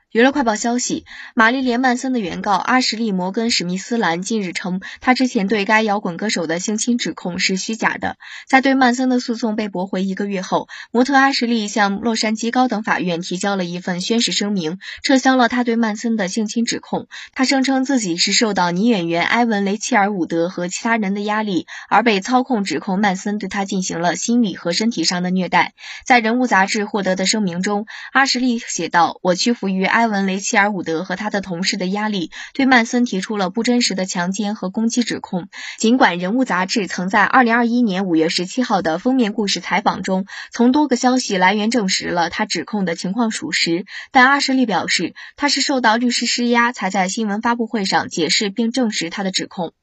娱乐快报消息，玛丽莲·曼森的原告阿什利·摩根·史密斯兰近日称，他之前对该摇滚歌手的性侵指控是虚假的。在对曼森的诉讼被驳回1个月后，模特阿什利向洛杉矶高等法院提交了一份宣誓声明，撤销了他对曼森的性侵指控。他声称自己是受到女演员埃文·雷切尔·伍德和其他人的压力，而被操控指控曼森对他进行了心理和身体上的虐待。在人物杂志获得的声明中，阿什利写道：“我屈服于埃文·雷切尔·伍德和他的同事的压力，对曼森提出了不真实的强奸和攻击指控。”尽管人物杂志曾在2021年5月17号的封面故事采访中，从多个消息来源证实了他指控的情况属实，但阿什利表示，他是受到律师施压才在新闻发布会上解释并证实他的指控。